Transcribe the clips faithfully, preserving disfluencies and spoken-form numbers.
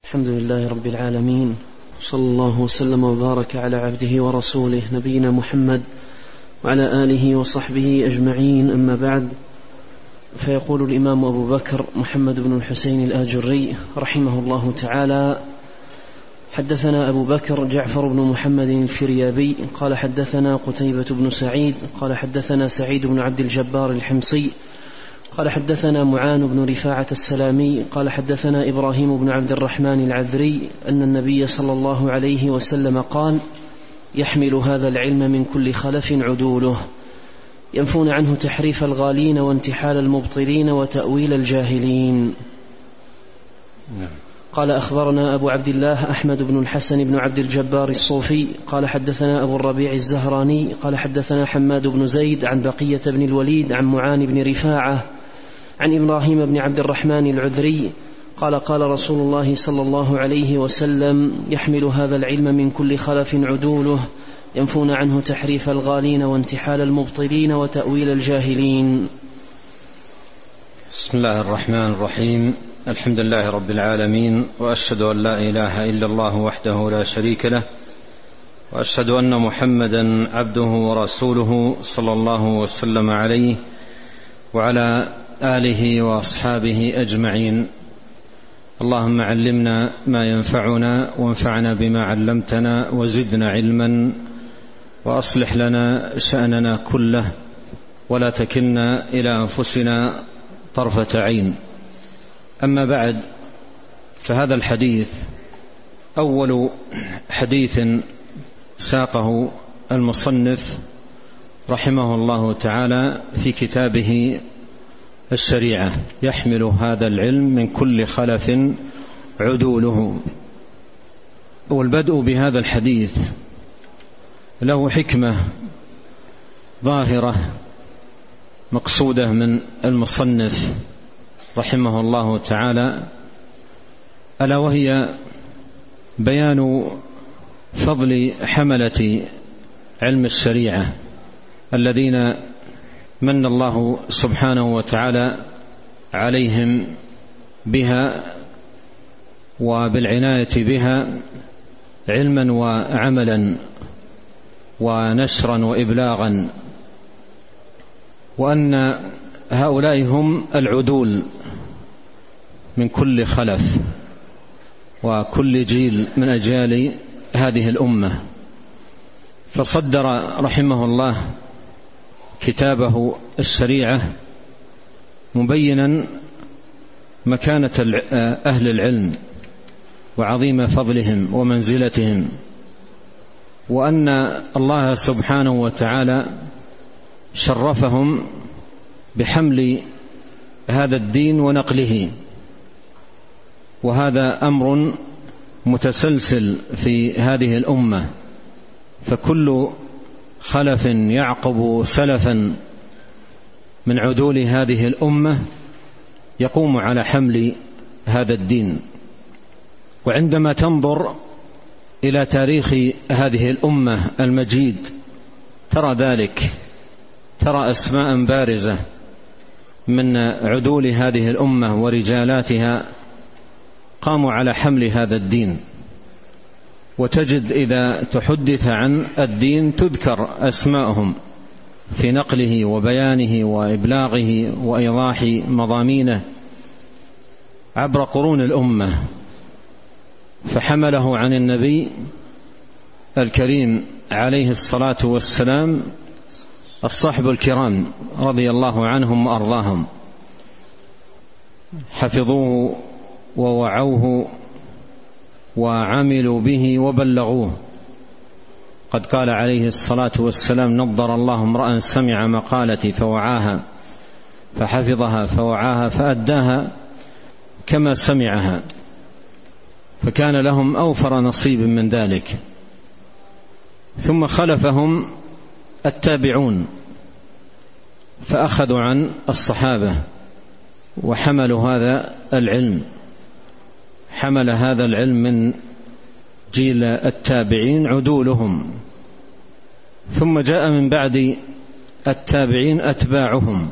الحمد لله رب العالمين، صلى الله وسلم وبارك على عبده ورسوله نبينا محمد وعلى آله وصحبه أجمعين، أما بعد. فيقول الإمام أبو بكر محمد بن الحسين الآجري رحمه الله تعالى: حدثنا أبو بكر جعفر بن محمد الفريابي قال حدثنا قتيبة بن سعيد قال حدثنا سعيد بن عبد الجبار الحمصي قال حدثنا معان بن رفاعة السلامي قال حدثنا إبراهيم بن عبد الرحمن العذري أن النبي صلى الله عليه وسلم قال: يحمل هذا العلم من كل خلف عدوله، ينفون عنه تحريف الغالين وانتحال المبطلين وتأويل الجاهلين. قال: أخبرنا أبو عبد الله أحمد بن الحسن بن عبد الجبار الصوفي قال حدثنا أبو الربيع الزهراني قال حدثنا حماد بن زيد عن بقية بن الوليد عن معان بن رفاعة عن إبراهيم بن عبد الرحمن العذري قال: قال رسول الله صلى الله عليه وسلم: يحمل هذا العلم من كل خلف عدوله، ينفون عنه تحريف الغالين وانتحال المبطلين وتأويل الجاهلين. بسم الله الرحمن الرحيم. الحمد لله رب العالمين، وأشهد أن لا إله إلا الله وحده لا شريك له، وأشهد أن محمدا عبده ورسوله صلى الله وسلم عليه وعلى آله وأصحابه أجمعين. اللهم علمنا ما ينفعنا وانفعنا بما علمتنا وزدنا علما، وأصلح لنا شأننا كله ولا تكلنا إلى أنفسنا طرفة عين. أما بعد، فهذا الحديث أول حديث ساقه المصنف رحمه الله تعالى في كتابه الشريعة: يحمل هذا العلم من كل خلف عدوله. والبدء بهذا الحديث له حكمة ظاهرة مقصودة من المصنف رحمه الله تعالى، ألا وهي بيان فضل حملة علم الشريعة الذين من الله سبحانه وتعالى عليهم بها وبالعناية بها علما وعملا ونشرا وإبلاغا، وأن هؤلاء هم العدول من كل خلف وكل جيل من أجيال هذه الأمة. فصدر رحمه الله كتابه الشريعة مبينا مكانة أهل العلم وعظيم فضلهم ومنزلتهم، وأن الله سبحانه وتعالى شرفهم بحمل هذا الدين ونقله، وهذا أمر متسلسل في هذه الأمة، فكل خلف يعقب سلفا من عدول هذه الأمة يقوم على حمل هذا الدين. وعندما تنظر إلى تاريخ هذه الأمة المجيد ترى ذلك، ترى أسماء بارزة من عدول هذه الأمة ورجالاتها قاموا على حمل هذا الدين. وتجد إذا تحدث عن الدين تذكر أسماءهم في نقله وبيانه وإبلاغه وإيضاح مضامينه عبر قرون الأمة. فحمله عن النبي الكريم عليه الصلاة والسلام الصحب الكرام رضي الله عنهم وأرضاهم، حفظوه ووعوه وعملوا به وبلغوه. قد قال عليه الصلاة والسلام: نضر الله امرأ سمع مقالتي فوعاها فحفظها فوعاها فأداها كما سمعها. فكان لهم أوفر نصيب من ذلك. ثم خلفهم التابعون فأخذوا عن الصحابة وحملوا هذا العلم، حمل هذا العلم من جيل التابعين عدولهم. ثم جاء من بعد التابعين أتباعهم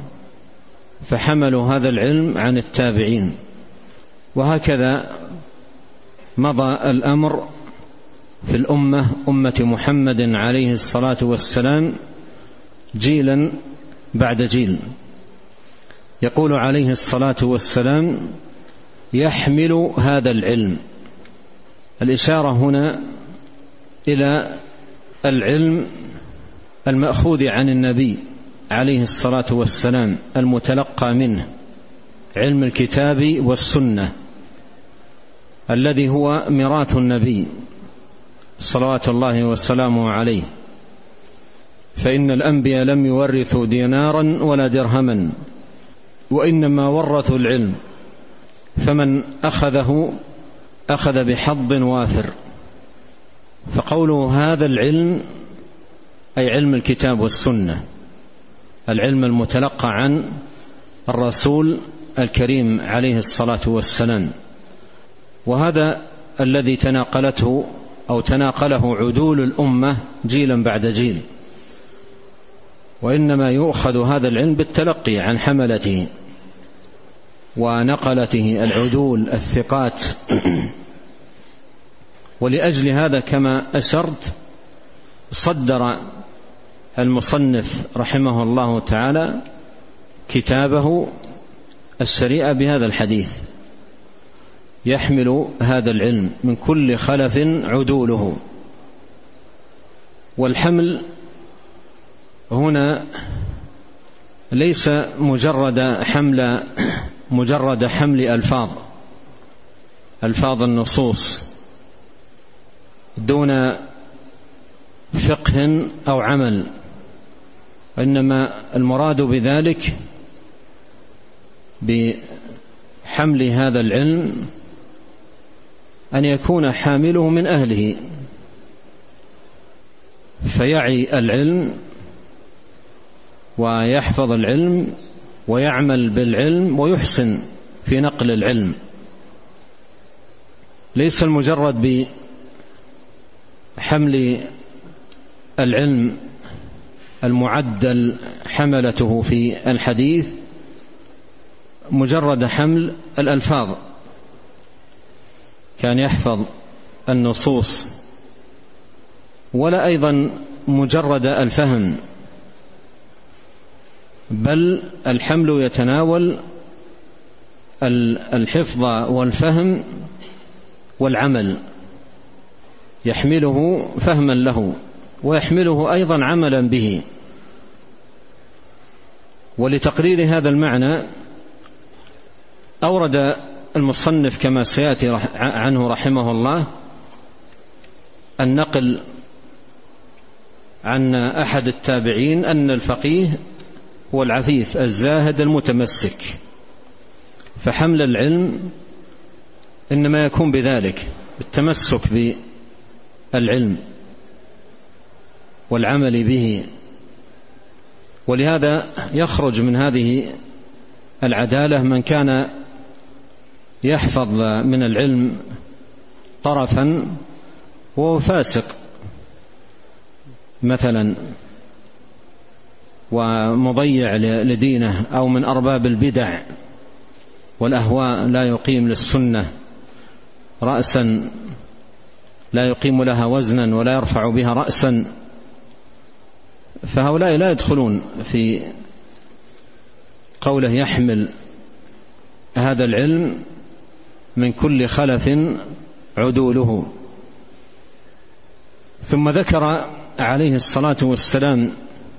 فحملوا هذا العلم عن التابعين، وهكذا مضى الأمر في الأمة أمة محمد عليه الصلاة والسلام جيلا بعد جيل. يقول عليه الصلاة والسلام: يحمل هذا العلم. الإشارة هنا إلى العلم المأخوذ عن النبي عليه الصلاة والسلام المتلقى منه، علم الكتاب والسنة الذي هو ميراث النبي صلوات الله وسلامه عليه. فإن الأنبياء لم يورثوا دينارا ولا درهما، وإنما ورثوا العلم، فمن أخذه أخذ بحظ وافر. فقوله هذا العلم أي علم الكتاب والسنة، العلم المتلقى عن الرسول الكريم عليه الصلاة والسلام. وهذا الذي تناقلته أو تناقله عدول الأمة جيلا بعد جيل، وإنما يؤخذ هذا العلم بالتلقي عن حملته ونقلته العدول الثقات. ولأجل هذا كما أشرت صدر المصنف رحمه الله تعالى كتابه الشريعة بهذا الحديث: يحمل هذا العلم من كل خلف عدوله. والحمل هنا ليس مجرد حمل مجرد حمل ألفاظ ألفاظ النصوص دون فقه أو عمل، وإنما المراد بذلك بحمل هذا العلم أن يكون حامله من أهله، فيعي العلم ويحفظ العلم ويعمل بالعلم ويحسن في نقل العلم. ليس المجرد بحمل العلم المعدل حملته في الحديث مجرد حمل الألفاظ، كان يحفظ النصوص، ولا أيضا مجرد الفهم، بل الحمل يتناول الحفظ والفهم والعمل، يحمله فهما له ويحمله أيضا عملا به. ولتقرير هذا المعنى أورد المصنف كما سيأتي عنه رحمه الله النقل عن أحد التابعين أن الفقيه هو العفيف الزاهد المتمسك، فحمل العلم إنما يكون بذلك، بالتمسك بالعلم والعمل به. ولهذا يخرج من هذه العدالة من كان يحفظ من العلم طرفا وهو فاسق مثلا ومضيع لدينه، أو من أرباب البدع والأهواء لا يقيم للسنة رأسا، لا يقيم لها وزنا ولا يرفع بها رأسا، فهؤلاء لا يدخلون في قوله يحمل هذا العلم من كل خلف عدوله. ثم ذكر عليه الصلاة والسلام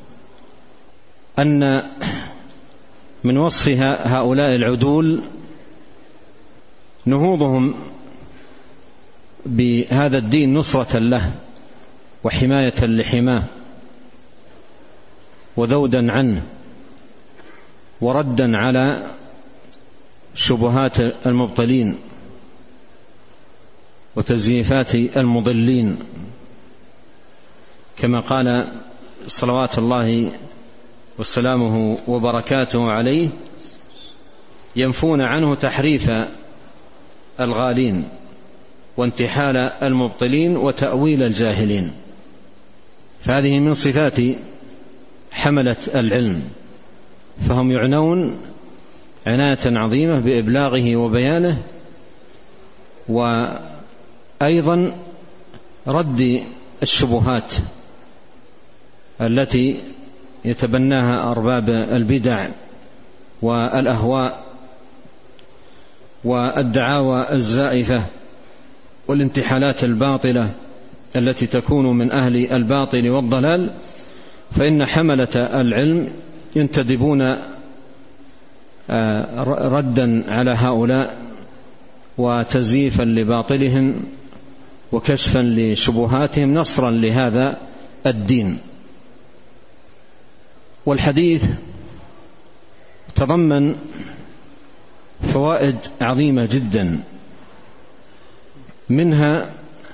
أن من وصف هؤلاء العدول نهوضهم بهذا الدين نصرة له وحماية لحماه وذودا عنه وردا على شبهات المبطلين وتزييفات المضلين، كما قال صلوات الله وسلامه وبركاته عليه: ينفون عنه تحريف الغالين وانتحال المبطلين وتأويل الجاهلين. فهذه من صفات حملة العلم، فهم يعنون عناية عظيمة بإبلاغه وبيانه أيضا رد الشبهات التي يتبناها أرباب البدع والأهواء والدعاوى الزائفة والانتحالات الباطلة التي تكون من أهل الباطل والضلال، فإن حملة العلم ينتدبون ردا على هؤلاء وتزييفا لباطلهم وكشفا لشبهاتهم نصرا لهذا الدين. والحديث تضمن فوائد عظيمة جدا، منها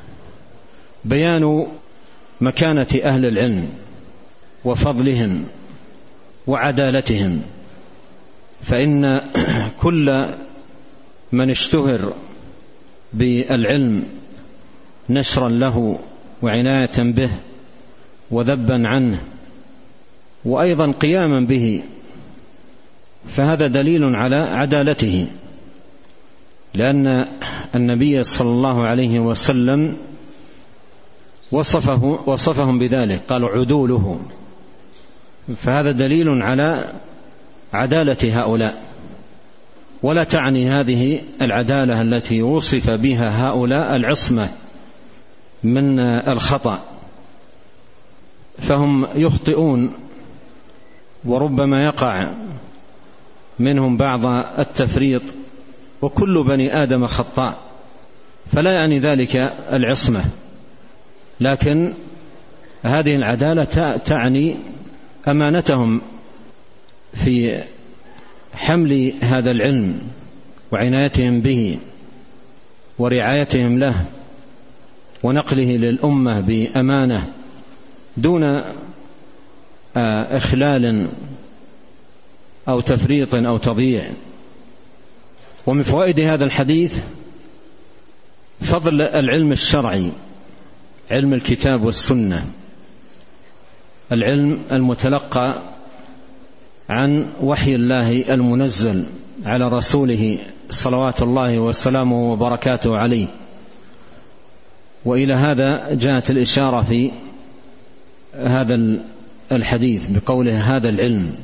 بيان مكانة أهل العلم وفضلهم وعدالتهم، فإن كل من اشتهر بالعلم نشرا له وعناية به وذبا عنه وأيضا قياما به فهذا دليل على عدالته، لأن النبي صلى الله عليه وسلم وصفه وصفهم بذلك، قالوا عدوله، فهذا دليل على عدالة هؤلاء. ولا تعني هذه العدالة التي وصف بها هؤلاء العصمة من الخطأ، فهم يخطئون وربما يقع منهم بعض التفريط، وكل بني آدم خطاء، فلا يعني ذلك العصمة، لكن هذه العدالة تعني أمانتهم في حمل هذا العلم وعنايتهم به ورعايتهم له ونقله للأمة بأمانة دون إخلال أو تفريط أو تضييع. ومن فوائد هذا الحديث فضل العلم الشرعي، علم الكتاب والسنة، العلم المتلقى عن وحي الله المنزل على رسوله صلوات الله وسلامه وبركاته عليه. وإلى هذا جاءت الإشارة في هذا الحديث بقوله هذا العلم،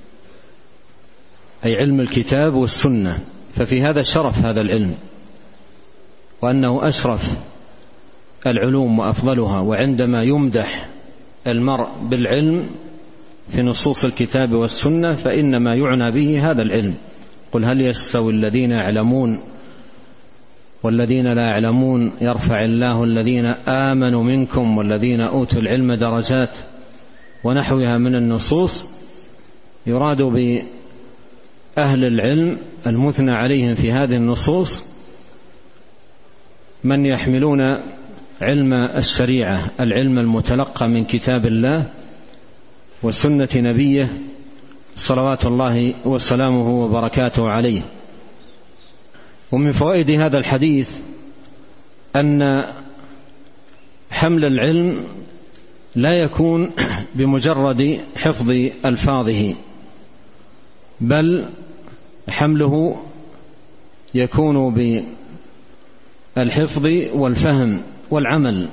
أي علم الكتاب والسنة، ففي هذا شرف هذا العلم وأنه أشرف العلوم وأفضلها. وعندما يمدح المرء بالعلم في نصوص الكتاب والسنة فإنما يعنى به هذا العلم. قل هل يستوي الذين يعلمون والذين لا يعلمون يرفع الله الذين آمنوا منكم والذين أوتوا العلم درجات ونحوها من النصوص. يراد بأهل العلم المثنى عليهم في هذه النصوص من يحملون علم الشريعة، العلم المتلقى من كتاب الله وسنة نبيه صلوات الله وسلامه وبركاته عليه. ومن فوائد هذا الحديث أن حمل العلم لا يكون بمجرد حفظ ألفاظه، بل حمله يكون بالحفظ والفهم والعمل،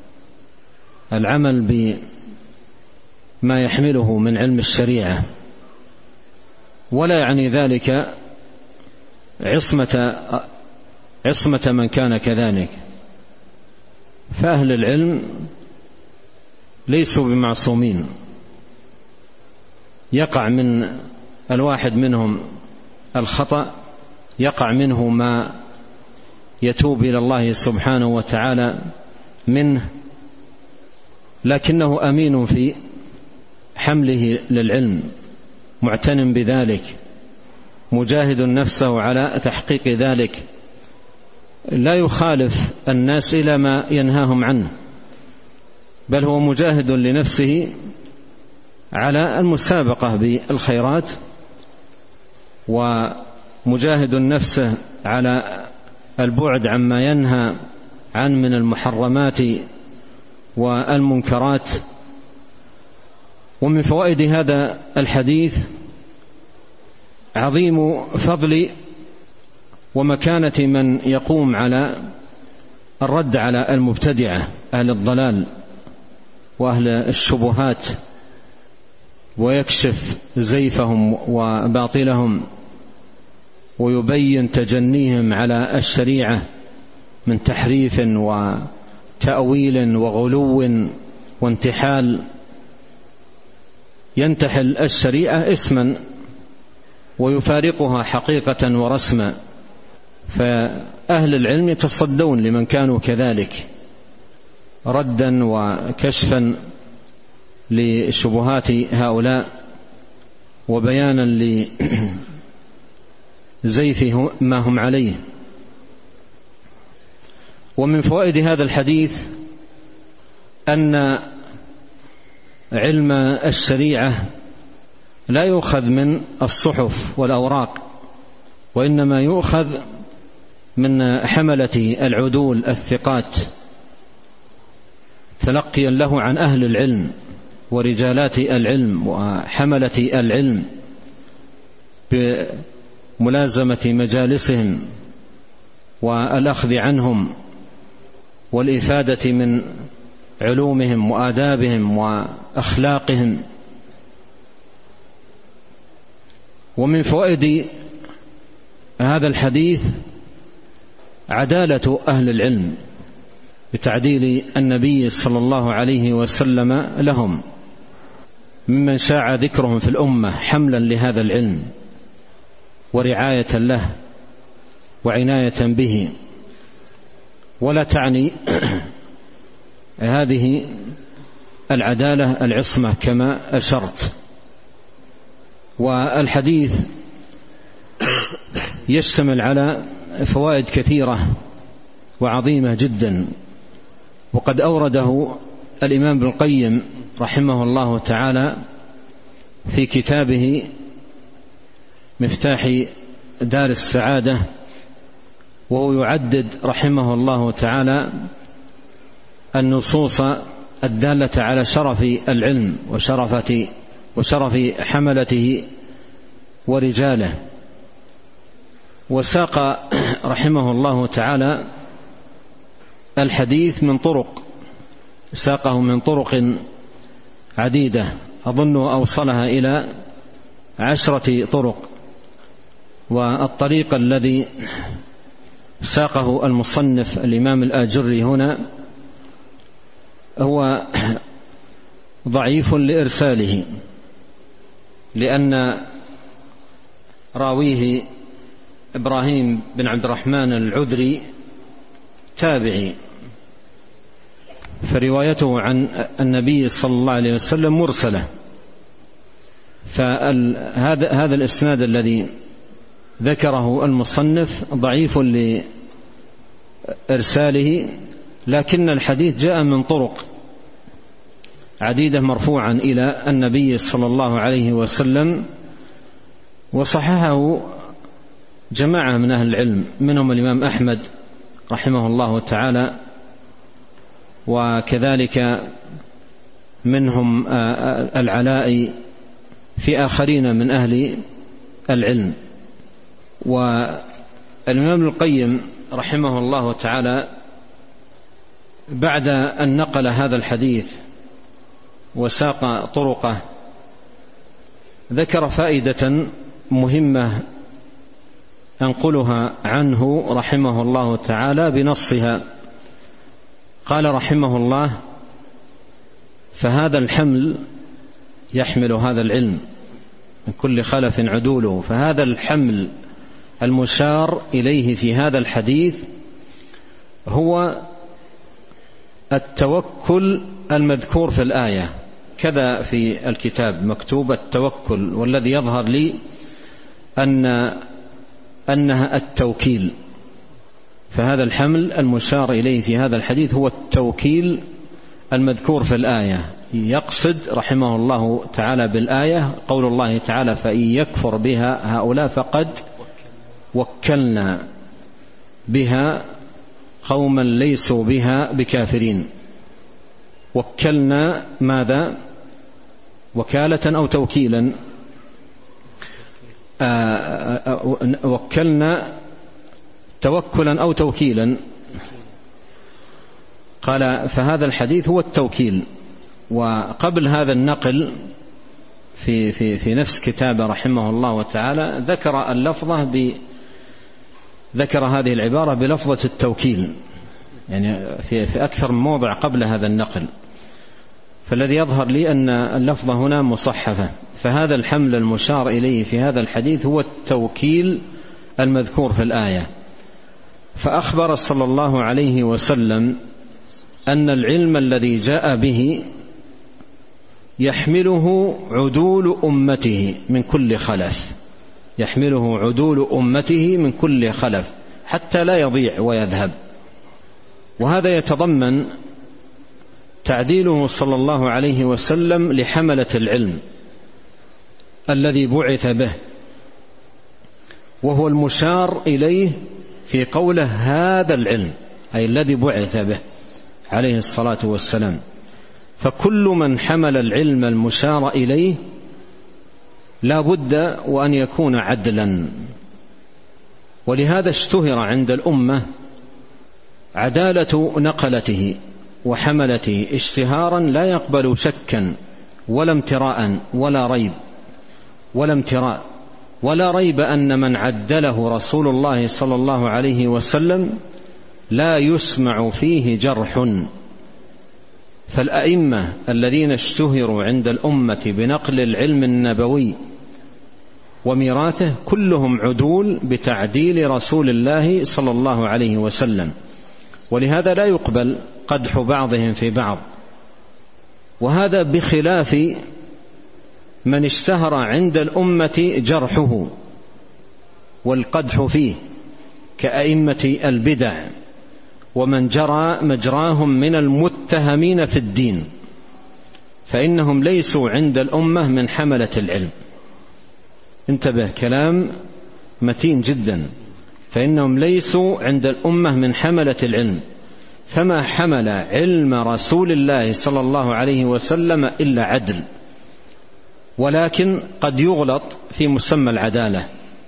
العمل بما يحمله من علم الشريعة. ولا يعني ذلك عصمة عصمة من كان كذلك، فأهل العلم ليسوا بمعصومين، يقع من الواحد منهم الخطأ، يقع منه ما يتوب إلى الله سبحانه وتعالى منه، لكنه أمين في حمله للعلم، معتن بذلك، مجاهد نفسه على تحقيق ذلك، لا يخالف الناس إلى ما ينهاهم عنه، بل هو مجاهد لنفسه على المسابقة بالخيرات، ومجاهد نفسه على البعد عما ينهى عن من المحرمات والمنكرات. ومن فوائد هذا الحديث عظيم فضل ومكانة من يقوم على الرد على المبتدعة أهل الضلال وأهل الشبهات، ويكشف زيفهم وباطلهم، ويبين تجنيهم على الشريعة من تحريف وتأويل وغلو وانتحال. ينتحل الشريعة اسما ويفارقها حقيقة ورسما، فأهل العلم يتصدون لمن كانوا كذلك ردا وكشفا لشبهات هؤلاء وبيانا لزيف ما هم عليه. ومن فوائد هذا الحديث أن علم الشريعة لا يؤخذ من الصحف والأوراق، وإنما يؤخذ من حملة العدول الثقات تلقيا له عن أهل العلم ورجالات العلم وحملة العلم بملازمة مجالسهم والأخذ عنهم والإفادة من علومهم وآدابهم وأخلاقهم. ومن فوائد هذا الحديث عدالة أهل العلم بتعديل النبي صلى الله عليه وسلم لهم، ممن شاع ذكرهم في الأمة حملا لهذا العلم ورعاية له وعناية به. ولا تعني هذه العدالة العصمة كما أشرت. والحديث يشتمل على فوائد كثيرة وعظيمة جدا، وقد أورده الإمام ابن القيم رحمه الله تعالى في كتابه مفتاح دار السعادة، وهو يعدد رحمه الله تعالى النصوص الدالة على شرف العلم وشرفة وشرف حملته ورجاله. وساق رحمه الله تعالى الحديث من طرق، ساقه من طرق عديدة، أظن أوصلها إلى عشرة طرق. والطريق الذي ساقه المصنف الإمام الآجري هنا هو ضعيف لإرساله، لأن راويه إبراهيم بن عبد الرحمن العذري تابعي، فروايته عن النبي صلى الله عليه وسلم مرسلة. فهذا هذا الإسناد الذي ذكره المصنف ضعيف لإرساله، لكن الحديث جاء من طرق عديدة مرفوعا إلى النبي صلى الله عليه وسلم، وصححه جماعة من أهل العلم، منهم الإمام أحمد رحمه الله تعالى، وكذلك منهم العلاء في آخرين من أهل العلم. والإمام ابن القيم رحمه الله تعالى بعد أن نقل هذا الحديث وساق طرقه ذكر فائدة مهمة أنقلها عنه رحمه الله تعالى بنصها. قال رحمه الله: فهذا الحمل يحمل هذا العلم من كل خلف عدوله. فهذا الحمل المشار إليه في هذا الحديث هو التوكل المذكور في الآية، كذا في الكتاب مكتوب التوكل، والذي يظهر لي أن أنها التوكيل. فهذا الحمل المشار إليه في هذا الحديث هو التوكيل المذكور في الآية. يقصد رحمه الله تعالى بالآية قول الله تعالى: فإن يكفر بها هؤلاء فقد وكلنا بها قوما ليسوا بها بكافرين. وكلنا ماذا؟ وكالة أو توكيلا؟ آه وكلنا توكلا أو توكيلا؟ قال فهذا الحديث هو التوكيل. وقبل هذا النقل في, في, في نفس كتابه رحمه الله تعالى ذكر اللفظة ب ذكر هذه العبارة بلفظة التوكيل، يعني في, في أكثر من موضع قبل هذا النقل. فالذي يظهر لي أن اللفظة هنا مصحفة، فهذا الحمل المشار إليه في هذا الحديث هو التوكيل المذكور في الآية. فأخبر صلى الله عليه وسلم أن العلم الذي جاء به يحمله عدول أمته من كل خلف، يحمله عدول أمته من كل خلف حتى لا يضيع ويذهب. وهذا يتضمن تعديله صلى الله عليه وسلم لحملة العلم الذي بعث به، وهو المشار إليه في قوله هذا العلم، أي الذي بعث به عليه الصلاة والسلام. فكل من حمل العلم المشار إليه لا بد وأن يكون عدلا. ولهذا اشتهر عند الأمة عدالة نقلته وحملته اشتهارا لا يقبل شكا ولا امتراء ولا ريب ولا امتراء ولا ريب أن من عدله رسول الله صلى الله عليه وسلم لا يسمع فيه جرح. فالأئمة الذين اشتهروا عند الأمة بنقل العلم النبوي وميراثه كلهم عدول بتعديل رسول الله صلى الله عليه وسلم، ولهذا لا يقبل قدح بعضهم في بعض. وهذا بخلاف من اشتهر عند الأمة جرحه والقدح فيه كأئمة البدع ومن جرى مجراهم من المتهمين في الدين، فإنهم ليسوا عند الأمة من حملة العلم. انتبه، كلام متين جدا. فإنهم ليسوا عند الأمة من حملة العلم، فما حمل علم رسول الله صلى الله عليه وسلم إلا عدل، ولكن قد يغلط في مسمى العدالة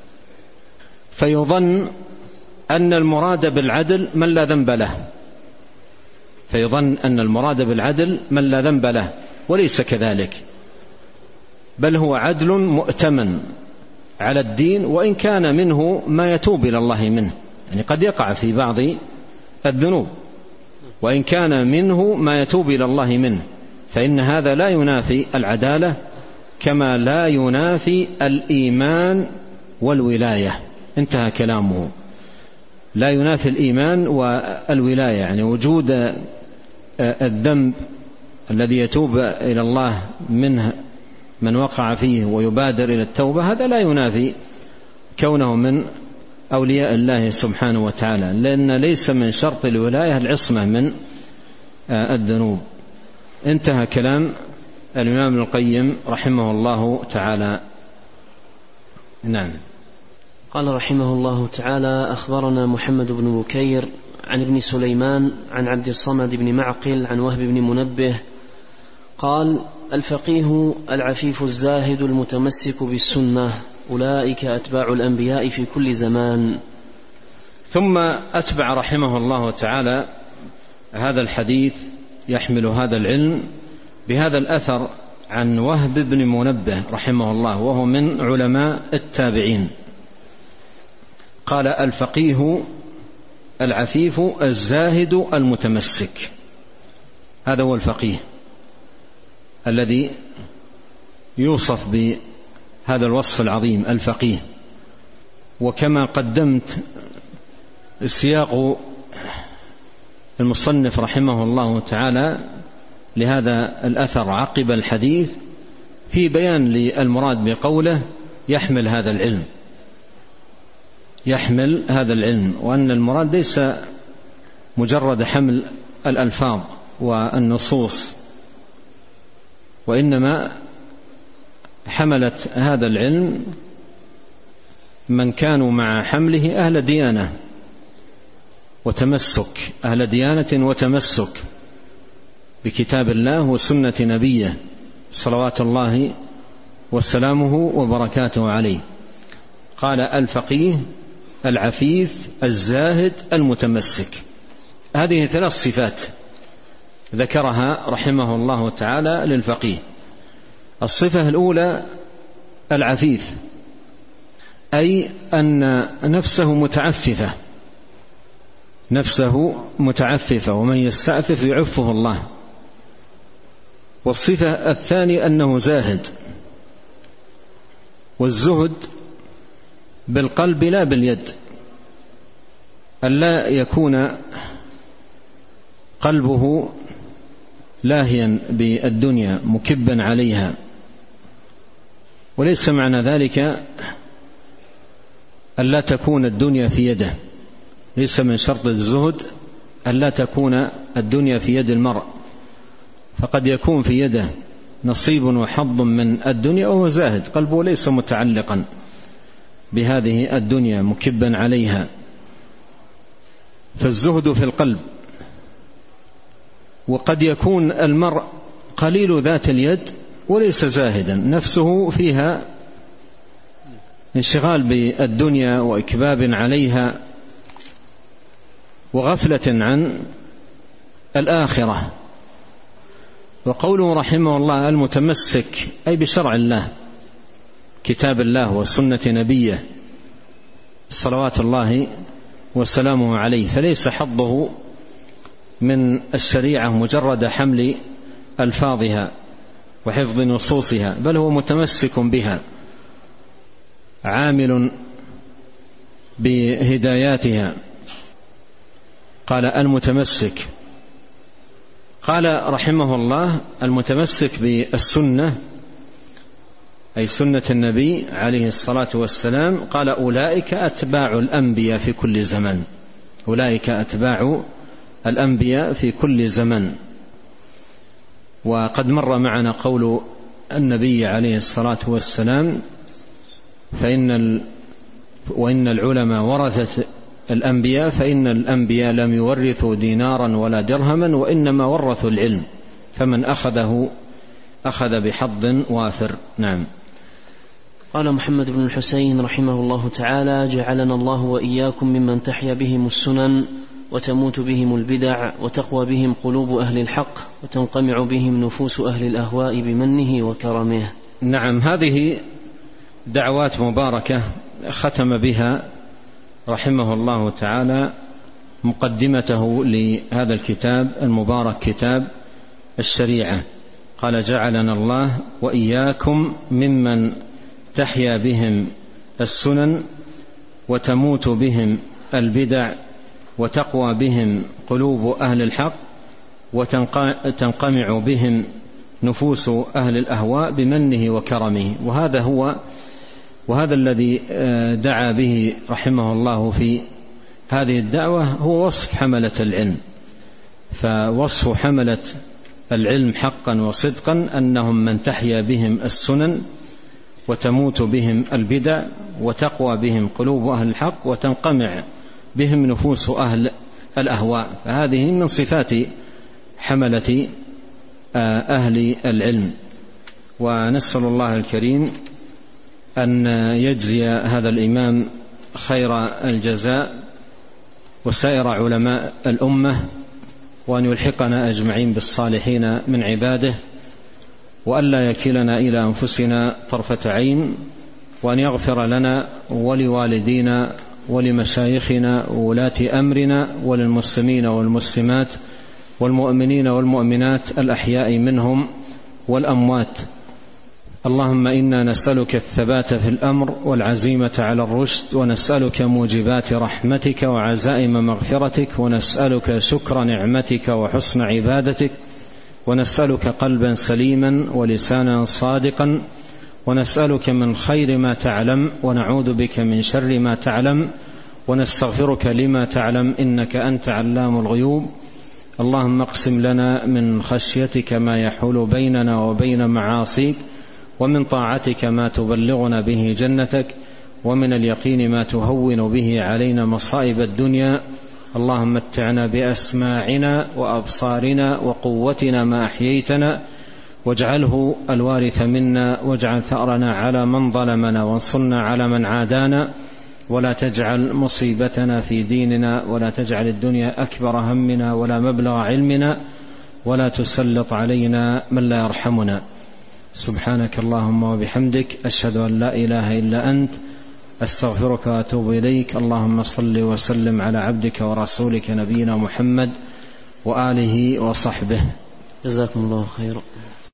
فيظن أن المراد بالعدل من لا ذنب له، فيظن أن المراد بالعدل من لا ذنب له، وليس كذلك، بل هو عدل مؤتمن على الدين، وإن كان منه ما يتوب إلى الله منه، يعني قد يقع في بعض الذنوب، وإن كان منه ما يتوب إلى الله منه، فإن هذا لا ينافي العدالة كما لا ينافي الإيمان والولاية. انتهى كلامه. لا ينافي الإيمان والولاية، يعني وجود الذنب الذي يتوب إلى الله منه من وقع فيه ويبادر إلى التوبة، هذا لا ينافي كونه من أولياء الله سبحانه وتعالى، لأن ليس من شرط الولاية العصمة من الذنوب. انتهى كلام الإمام ابن القيم رحمه الله تعالى. نعم. قال رحمه الله تعالى: أخبرنا محمد بن بكير عن ابن سليمان عن عبد الصمد بن معقل عن وهب بن منبه قال: الفقيه العفيف الزاهد المتمسك بالسنة أولئك أتباع الأنبياء في كل زمان. ثم أتبع رحمه الله تعالى هذا الحديث يحمل هذا العلم بهذا الأثر عن وهب بن منبه رحمه الله، وهو من علماء التابعين. قال: الفقيه العفيف الزاهد المتمسك، هذا هو الفقيه الذي يوصف بهذا الوصف العظيم، الفقيه. وكما قدمت سياق المصنف رحمه الله تعالى لهذا الأثر عقب الحديث في بيان للمراد بقوله يحمل هذا العلم، يحمل هذا العلم، وأن المراد ليس مجرد حمل الألفاظ والنصوص، وإنما حملت هذا العلم من كانوا مع حمله أهل ديانة وتمسك، أهل ديانة وتمسك بكتاب الله وسنة نبيه صلوات الله وسلامه وبركاته عليه. قال: الفقيه العفيف الزاهد المتمسك. هذه ثلاث صفات ذكرها رحمه الله تعالى للفقيه. الصفة الأولى العفيف، أي أن نفسه متعففة، نفسه متعففة، ومن يستعفف يعفه الله. والصفة الثانية أنه زاهد، والزهد بالقلب لا باليد، ألا يكون قلبه لاهيا بالدنيا مكبا عليها. وليس معنى ذلك ألا تكون الدنيا في يده، ليس من شرط الزهد ألا تكون الدنيا في يد المرء، فقد يكون في يده نصيب وحظ من الدنيا وهو زاهد، قلبه ليس متعلقا بهذه الدنيا مكبا عليها. فالزهد في القلب. وقد يكون المرء قليل ذات اليد وليس زاهدا، نفسه فيها انشغال بالدنيا وإكباب عليها وغفلة عن الآخرة. وقوله رحمه الله المتمسك أي بشرع الله، كتاب الله وسنة نبيه صلوات الله وسلامه عليه، فليس حظه من الشريعة مجرد حمل ألفاظها وحفظ نصوصها، بل هو متمسك بها عامل بهداياتها. قال المتمسك، قال رحمه الله المتمسك بالسنة أي سنة النبي عليه الصلاة والسلام، قال أولئك أتباع الأنبياء في كل زمن، أولئك أتباع الأنبياء في كل زمن. وقد مر معنا قول النبي عليه الصلاة والسلام فإن ال... وإن العلماء ورثة الأنبياء، فإن الأنبياء لم يورثوا دينارا ولا درهما وإنما ورثوا العلم، فمن أخذه أخذ بحظ وافر. نعم. قال محمد بن الحسين رحمه الله تعالى: جعلنا الله وإياكم ممن تحيا بهم السنن وتموت بهم البدع وتقوى بهم قلوب أهل الحق وتنقمع بهم نفوس أهل الأهواء بمنه وكرمه. نعم، هذه دعوات مباركة ختم بها رحمه الله تعالى مقدمته لهذا الكتاب المبارك، كتاب الشريعة. قال: جعلنا الله وإياكم ممن تحيا بهم السنن وتموت بهم البدع وتقوى بهم قلوب أهل الحق وتنقمع بهم نفوس أهل الأهواء بمنه وكرمه. وهذا هو وهذا الذي دعا به رحمه الله في هذه الدعوة هو وصف حملة العلم. فوصف حملة العلم حقا وصدقا أنهم من تحيا بهم السنن وتموت بهم البدع وتقوى بهم قلوب أهل الحق وتنقمع بهم نفوس أهل الأهواء. فهذه من صفات حملة أهل العلم. ونسأل الله الكريم أن يجزي هذا الإمام خير الجزاء وسائر علماء الأمة، وأن يلحقنا أجمعين بالصالحين من عباده، وألا يكلنا إلى أنفسنا طرفة عين، وأن يغفر لنا ولوالدينا ولمشايخنا وولاة أمرنا وللمسلمين والمسلمات والمؤمنين والمؤمنات الأحياء منهم والأموات. اللهم إنا نسألك الثبات في الأمر والعزيمة على الرشد، ونسألك موجبات رحمتك وعزائم مغفرتك، ونسألك شكر نعمتك وحسن عبادتك، ونسألك قلبا سليما ولسانا صادقا، ونسألك من خير ما تعلم ونعوذ بك من شر ما تعلم، ونستغفرك لما تعلم إنك أنت علام الغيوب. اللهم اقسم لنا من خشيتك ما يحول بيننا وبين معاصيك، ومن طاعتك ما تبلغنا به جنتك، ومن اليقين ما تهون به علينا مصائب الدنيا. اللهم متعنا بأسماعنا وأبصارنا وقوتنا ما أحييتنا، واجعله الوارث منا، واجعل ثأرنا على من ظلمنا، وانصرنا على من عادانا، ولا تجعل مصيبتنا في ديننا، ولا تجعل الدنيا أكبر همنا ولا مبلغ علمنا، ولا تسلط علينا من لا يرحمنا. سبحانك اللهم وبحمدك، أشهد أن لا إله إلا أنت، أستغفرك وأتوب إليك. اللهم صل وسلم على عبدك ورسولك نبينا محمد وآله وصحبه. جزاكم الله خيرا.